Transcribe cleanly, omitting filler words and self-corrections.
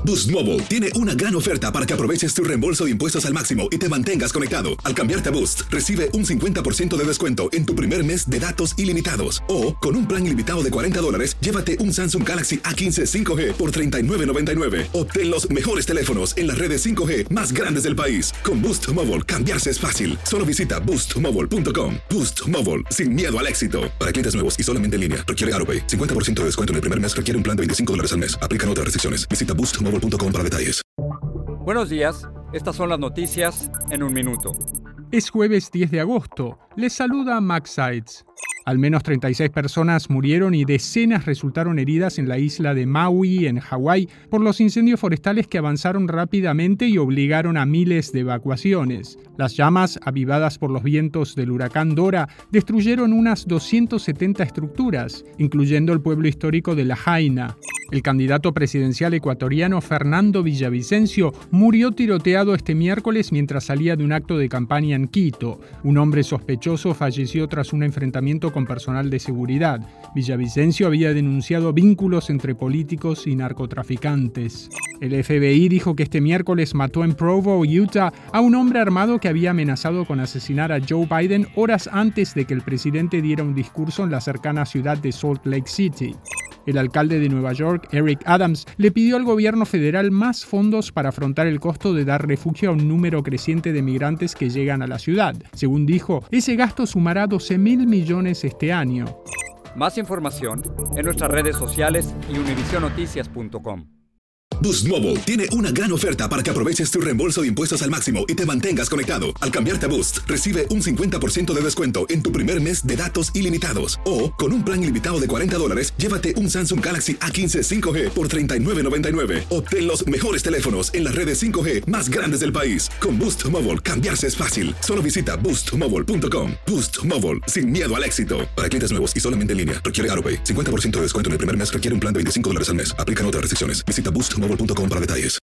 Boost Mobile tiene una gran oferta para que aproveches tu reembolso de impuestos al máximo y te mantengas conectado. Al cambiarte a Boost, recibe un 50% de descuento en tu primer mes de datos ilimitados. O, con un plan ilimitado de $40, llévate un Samsung Galaxy A15 5G por $39.99. Obtén los mejores teléfonos en las redes 5G más grandes del país. Con Boost Mobile, cambiarse es fácil. Solo visita boostmobile.com. Boost Mobile, sin miedo al éxito. Para clientes nuevos y solamente en línea, requiere AutoPay. 50% de descuento en el primer mes requiere un plan de $25 al mes. Aplican otras restricciones. Visita boostmobile.com para detalles. Buenos días, estas son las noticias en un minuto. Es jueves 10 de agosto. Les saluda Max Sides. Al menos 36 personas murieron y decenas resultaron heridas en la isla de Maui, en Hawái, por los incendios forestales que avanzaron rápidamente y obligaron a miles de evacuaciones. Las llamas, avivadas por los vientos del huracán Dora, destruyeron unas 270 estructuras, incluyendo el pueblo histórico de Lahaina. El candidato presidencial ecuatoriano Fernando Villavicencio murió tiroteado este miércoles mientras salía de un acto de campaña en Quito. Un hombre sospechoso falleció tras un enfrentamiento con personal de seguridad. Villavicencio había denunciado vínculos entre políticos y narcotraficantes. El FBI dijo que este miércoles mató en Provo, Utah, a un hombre armado que había amenazado con asesinar a Joe Biden horas antes de que el presidente diera un discurso en la cercana ciudad de Salt Lake City. El alcalde de Nueva York, Eric Adams, le pidió al gobierno federal más fondos para afrontar el costo de dar refugio a un número creciente de migrantes que llegan a la ciudad. Según dijo, ese gasto sumará $12.000 millones este año. Más información en nuestras redes sociales y univisionoticias.com. Boost Mobile tiene una gran oferta para que aproveches tu reembolso de impuestos al máximo y te mantengas conectado. Al cambiarte a Boost, recibe un 50% de descuento en tu primer mes de datos ilimitados. O, con un plan ilimitado de $40, llévate un Samsung Galaxy A15 5G por $39.99. Obtén los mejores teléfonos en las redes 5G más grandes del país. Con Boost Mobile, cambiarse es fácil. Solo visita boostmobile.com. Boost Mobile, sin miedo al éxito. Para clientes nuevos y solamente en línea, requiere AutoPay. 50% de descuento en el primer mes requiere un plan de $25 al mes. Aplican otras restricciones. Visita boostmobile.com para detalles.